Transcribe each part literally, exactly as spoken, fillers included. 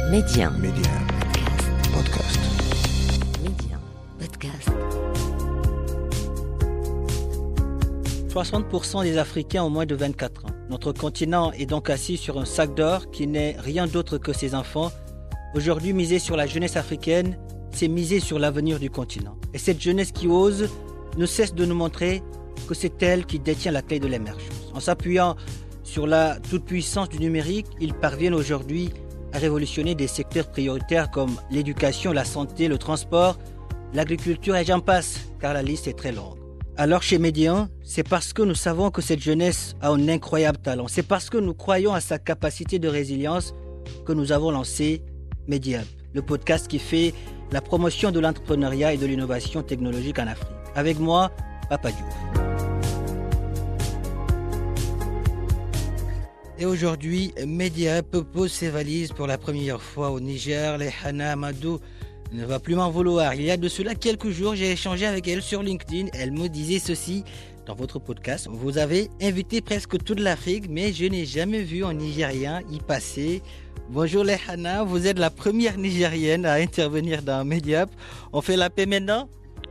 Média. Média. Podcast. Média. Podcast. soixante pour cent des Africains ont moins de vingt-quatre ans. Notre continent est donc assis sur un sac d'or qui n'est rien d'autre que ses enfants. Aujourd'hui, miser sur la jeunesse africaine, c'est miser sur l'avenir du continent. Et cette jeunesse qui ose ne cesse de nous montrer que c'est elle qui détient la clé de l'émergence. En s'appuyant sur la toute-puissance du numérique, ils parviennent aujourd'hui à révolutionner des secteurs prioritaires comme l'éducation, la santé, le transport, l'agriculture et j'en passe, car la liste est très longue. Alors chez Média, c'est parce que nous savons que cette jeunesse a un incroyable talent. C'est parce que nous croyons à sa capacité de résilience que nous avons lancé Média, le podcast qui fait la promotion de l'entrepreneuriat et de l'innovation technologique en Afrique. Avec moi, Papa Diouf. Et aujourd'hui, Média pose ses valises pour la première fois au Niger. Lehana Amadou ne va plus m'en vouloir. Il y a de cela quelques jours, j'ai échangé avec elle sur LinkedIn. Elle me disait ceci dans votre podcast. Vous avez invité presque toute l'Afrique, mais je n'ai jamais vu un Nigérien y passer. Bonjour Lehana, vous êtes la première Nigérienne à intervenir dans Mediap. On fait la paix maintenant?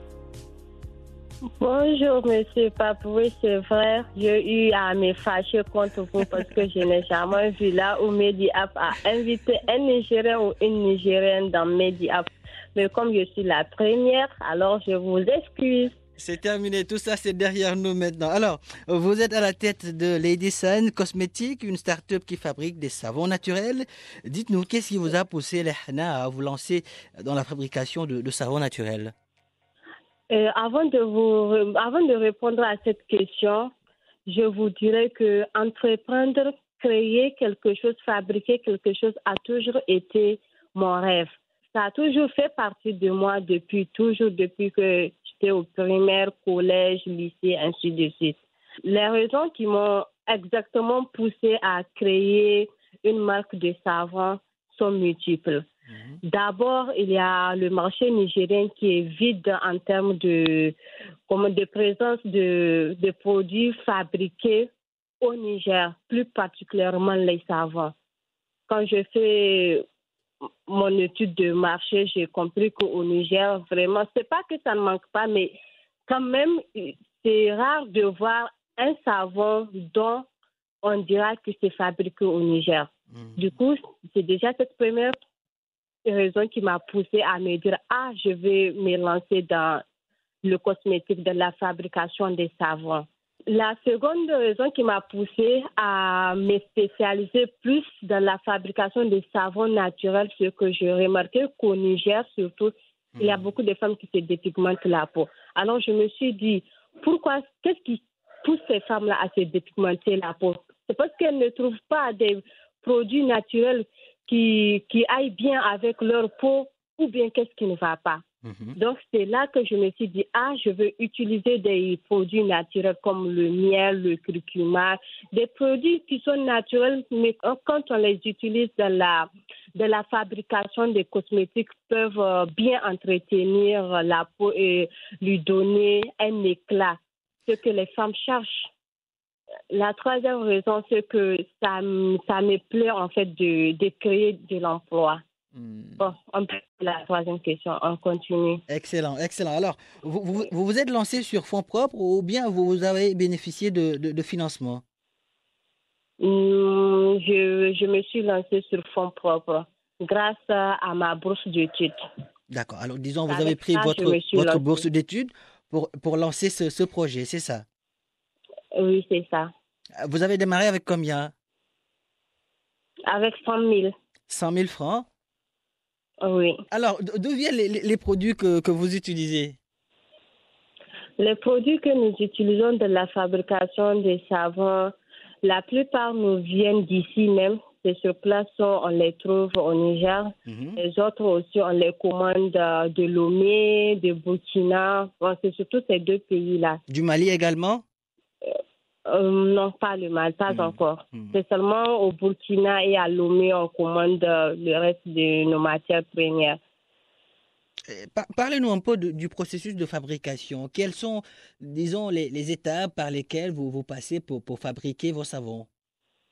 Bonjour Monsieur Papou, oui c'est vrai, j'ai eu à me fâcher contre vous parce que je n'ai jamais vu là où Mediap a invité un Nigérien ou une Nigérienne dans Mediap. Mais comme je suis la première, alors je vous excuse. C'est terminé, tout ça c'est derrière nous maintenant. Alors, vous êtes à la tête de Lady Sun Cosmétiques, une start-up qui fabrique des savons naturels. Dites-nous, qu'est-ce qui vous a poussé, Lehana, à vous lancer dans la fabrication de, de savons naturels? Euh, avant de vous, avant de répondre à cette question, je vous dirais que entreprendre, créer quelque chose, fabriquer quelque chose a toujours été mon rêve. Ça a toujours fait partie de moi depuis toujours, depuis que j'étais au primaire, collège, lycée, ainsi de suite. Les raisons qui m'ont exactement poussé à créer une marque de savon sont multiples. Mmh. D'abord, il y a le marché nigérien qui est vide en termes de, comme de présence de, de produits fabriqués au Niger, plus particulièrement les savons. Quand je fais mon étude de marché, j'ai compris qu'au Niger, vraiment, c'est pas que ça ne manque pas, mais quand même, c'est rare de voir un savon dont on dira que c'est fabriqué au Niger. Mmh. Du coup, c'est déjà cette première raison qui m'a poussée à me dire « Ah, je vais me lancer dans le cosmétique, dans la fabrication des savons ». La seconde raison qui m'a poussée à me spécialiser plus dans la fabrication des savons naturels, c'est que j'ai remarqué qu'au Niger, surtout, mmh. il y a beaucoup de femmes qui se dépigmentent la peau. Alors, je me suis dit, pourquoi, qu'est-ce qui pousse ces femmes-là à se dépigmenter la peau? C'est parce qu'elles ne trouvent pas des produits naturels qui, qui aillent bien avec leur peau ou bien qu'est-ce qui ne va pas. Mm-hmm. Donc, c'est là que je me suis dit, ah, je veux utiliser des produits naturels comme le miel, le curcuma, des produits qui sont naturels, mais quand on les utilise dans la, dans la fabrication des cosmétiques, peuvent bien entretenir la peau et lui donner un éclat, ce que les femmes cherchent. La troisième raison, c'est que ça, ça me plaît en fait de, de créer de l'emploi. Mmh. Bon, on peut la troisième question, on continue. Excellent, excellent. Alors, vous vous, vous, vous êtes lancé sur fonds propres ou bien vous avez bénéficié de, de, de financement? Mmh, je, je me suis lancée sur fonds propres grâce à ma bourse d'études. D'accord. Alors, disons, vous avez pris ça, votre, votre bourse d'études pour, pour lancer ce, ce projet, c'est ça? Oui, c'est ça. Vous avez démarré avec combien? Avec cent mille. cent mille francs? Oui. Alors, d'où viennent les, les produits que, que vous utilisez? Les produits que nous utilisons de la fabrication des savons, la plupart nous viennent d'ici même. C'est sur place, on les trouve au Niger. Mm-hmm. Les autres aussi, on les commande de Lomé, de Burkina. Bon, c'est surtout ces deux pays-là. Du Mali également? Euh, non, pas le Mali, pas mmh. encore. Mmh. C'est seulement au Burkina et à Lomé on commande le reste de nos matières premières. Parlez-nous un peu de, du processus de fabrication. Quelles sont, disons, les, les étapes par lesquelles vous, vous passez pour, pour fabriquer vos savons?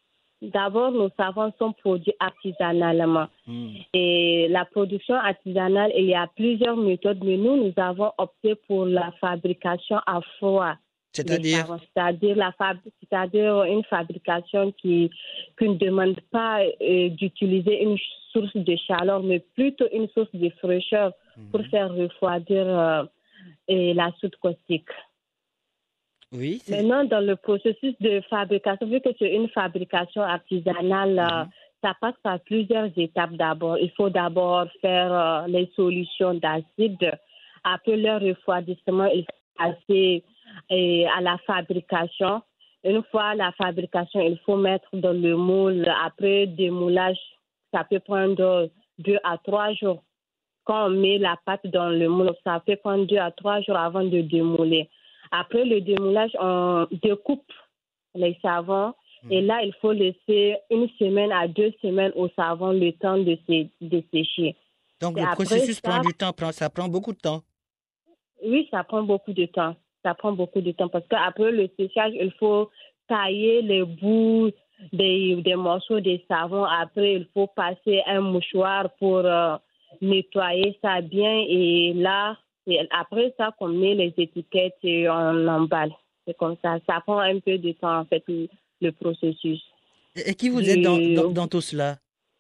d'abord, nos savons sont produits artisanalement. Hmm. Et la production artisanale, il y a plusieurs méthodes, mais nous, nous avons opté pour la fabrication à froid. C'est-à-dire? C'est-à-dire, la fab... c'est-à-dire une fabrication qui, qui ne demande pas euh, d'utiliser une source de chaleur, mais plutôt une source de fraîcheur mm-hmm. pour faire refroidir euh, et la soude caustique. Oui. C'est... Maintenant, dans le processus de fabrication, vu que c'est une fabrication artisanale, mm-hmm. euh, ça passe par plusieurs étapes d'abord. Il faut d'abord faire euh, les solutions d'acide. Après le refroidissement, il faut passer et à la fabrication. Une fois la fabrication, il faut mettre dans le moule. Après démoulage, ça peut prendre deux à trois jours. Quand on met la pâte dans le moule, ça peut prendre deux à trois jours avant de démouler. Après le démoulage, on découpe les savons. Mmh. Et là, il faut laisser une semaine à deux semaines au savon le temps de, sé- de sécher. Donc, et le processus ça, prend du temps, ça prend beaucoup de temps. Oui, ça prend beaucoup de temps. Ça prend beaucoup de temps parce qu'après le séchage, il faut tailler les bouts des, des morceaux de savon. Après, il faut passer un mouchoir pour euh, nettoyer ça bien. Et là, et après ça, qu'on met les étiquettes et on emballe. C'est comme ça. Ça prend un peu de temps, en fait, le, le processus. Et, et qui vous êtes dans, dans, dans tout cela?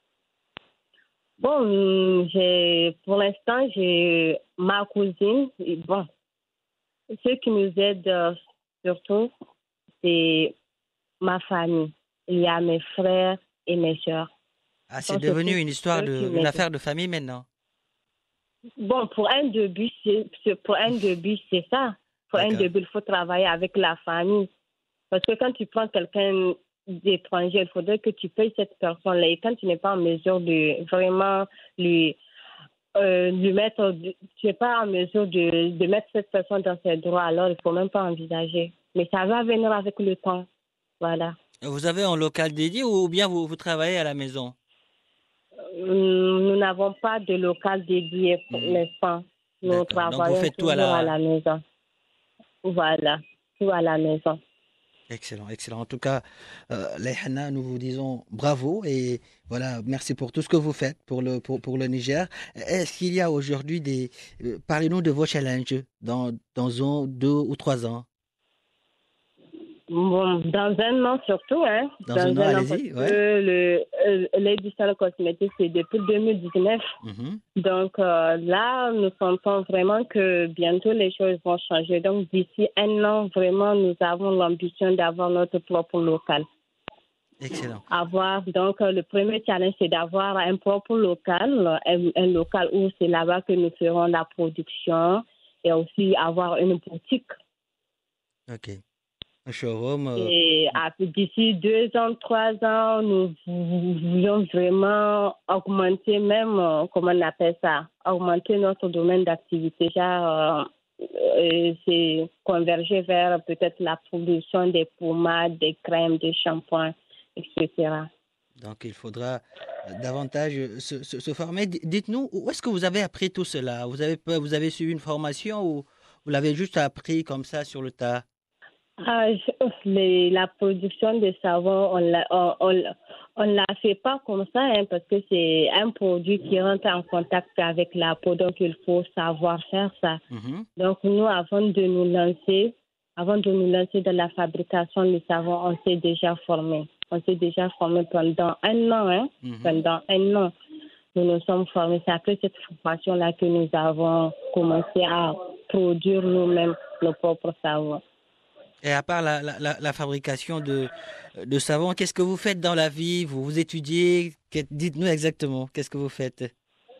Bon, j'ai, pour l'instant, j'ai ma cousine. Et bon, ceux qui nous aident euh, surtout, c'est ma famille. Il y a mes frères et mes sœurs. Ah, c'est Donc, devenu c'est une histoire, de, une affaire de famille maintenant. Bon, pour un début, c'est, c'est, pour un début, c'est ça. Pour D'accord. un début, il faut travailler avec la famille. Parce que quand tu prends quelqu'un d'étranger, il faudrait que tu payes cette personne-là. Et quand tu n'es pas en mesure de vraiment lui... Euh, lui mettre, tu n'es pas en mesure de, de mettre cette personne dans ses droits, alors il ne faut même pas envisager. Mais ça va venir avec le temps. Voilà. Vous avez un local dédié ou bien vous, vous travaillez à la maison? Nous n'avons pas de local dédié pour mmh. l'instant. Nous D'accord. travaillons Donc vous faites tout à la... à la maison. Voilà, tout à la maison. Excellent, excellent. En tout cas, euh, Layhana, nous vous disons bravo et voilà, merci pour tout ce que vous faites pour le, pour, pour le Niger. Est-ce qu'il y a aujourd'hui des... Euh, parlez-nous de vos challenges dans, dans un, deux ou trois ans. Bon, dans un an surtout, hein. Dans, dans un, un an, allez-y, parce ouais. que le, euh, l'édition cosmétique, c'est depuis deux mille dix-neuf. Mm-hmm. Donc euh, là, nous sentons vraiment que bientôt les choses vont changer. Donc d'ici un an, vraiment, nous avons l'ambition d'avoir notre propre local. Excellent. Avoir, donc le premier challenge, c'est d'avoir un propre local, un, un local où c'est là-bas que nous ferons la production et aussi avoir une boutique. OK. Un showroom. Euh... Et d'ici deux ans, trois ans, nous voulons vraiment augmenter même, euh, comment on appelle ça, augmenter notre domaine d'activité. Genre, euh, c'est converger vers peut-être la production des pommades, des crèmes, des shampoings, et cetera. Donc, il faudra davantage se, se, se former. Dites-nous, où est-ce que vous avez appris tout cela? Vous avez, vous avez suivi une formation ou vous l'avez juste appris comme ça sur le tas? Ah, les, la production de savon, on la, on, on, on la fait pas comme ça, hein, parce que c'est un produit qui rentre en contact avec la peau, donc il faut savoir faire ça. Mm-hmm. Donc nous, avant de nous lancer, avant de nous lancer dans la fabrication du savon, on s'est déjà formé. On s'est déjà formé pendant un an, hein, mm-hmm. pendant un an. Nous nous sommes formés. C'est après cette formation-là que nous avons commencé à produire nous-mêmes nos propres savons. Et à part la, la, la fabrication de, de savon, qu'est-ce que vous faites dans la vie? Vous, vous étudiez? Dites-nous exactement, qu'est-ce que vous faites?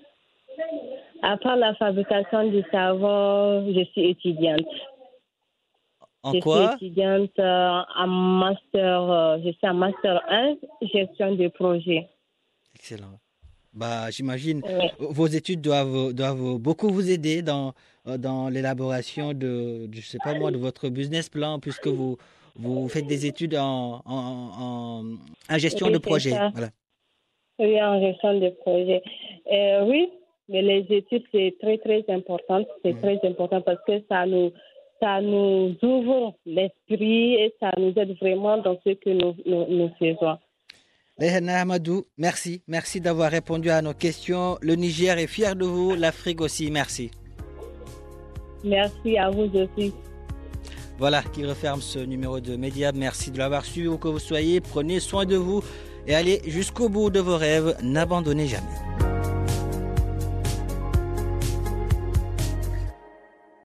À part la fabrication du savon, je suis étudiante. En je quoi? Je suis étudiante euh, en master, euh, je suis en master un, gestion de projet. Excellent. Bah, j'imagine oui. Vos études doivent, doivent beaucoup vous aider dans, dans l'élaboration de, je sais pas moi, de votre business plan, puisque vous, vous faites des études en, en, en, en gestion oui, de projet. Voilà. Oui, en gestion de projet. Euh, oui, mais les études, c'est très, très important. C'est mmh. très important parce que ça nous, ça nous ouvre l'esprit et ça nous aide vraiment dans ce que nous, nous, nous faisons. Rehana Amadou, merci. Merci d'avoir répondu à nos questions. Le Niger est fier de vous, l'Afrique aussi. Merci. Merci à vous aussi. Voilà qui referme ce numéro de Média. Merci de l'avoir suivi où que vous soyez. Prenez soin de vous et allez jusqu'au bout de vos rêves. N'abandonnez jamais.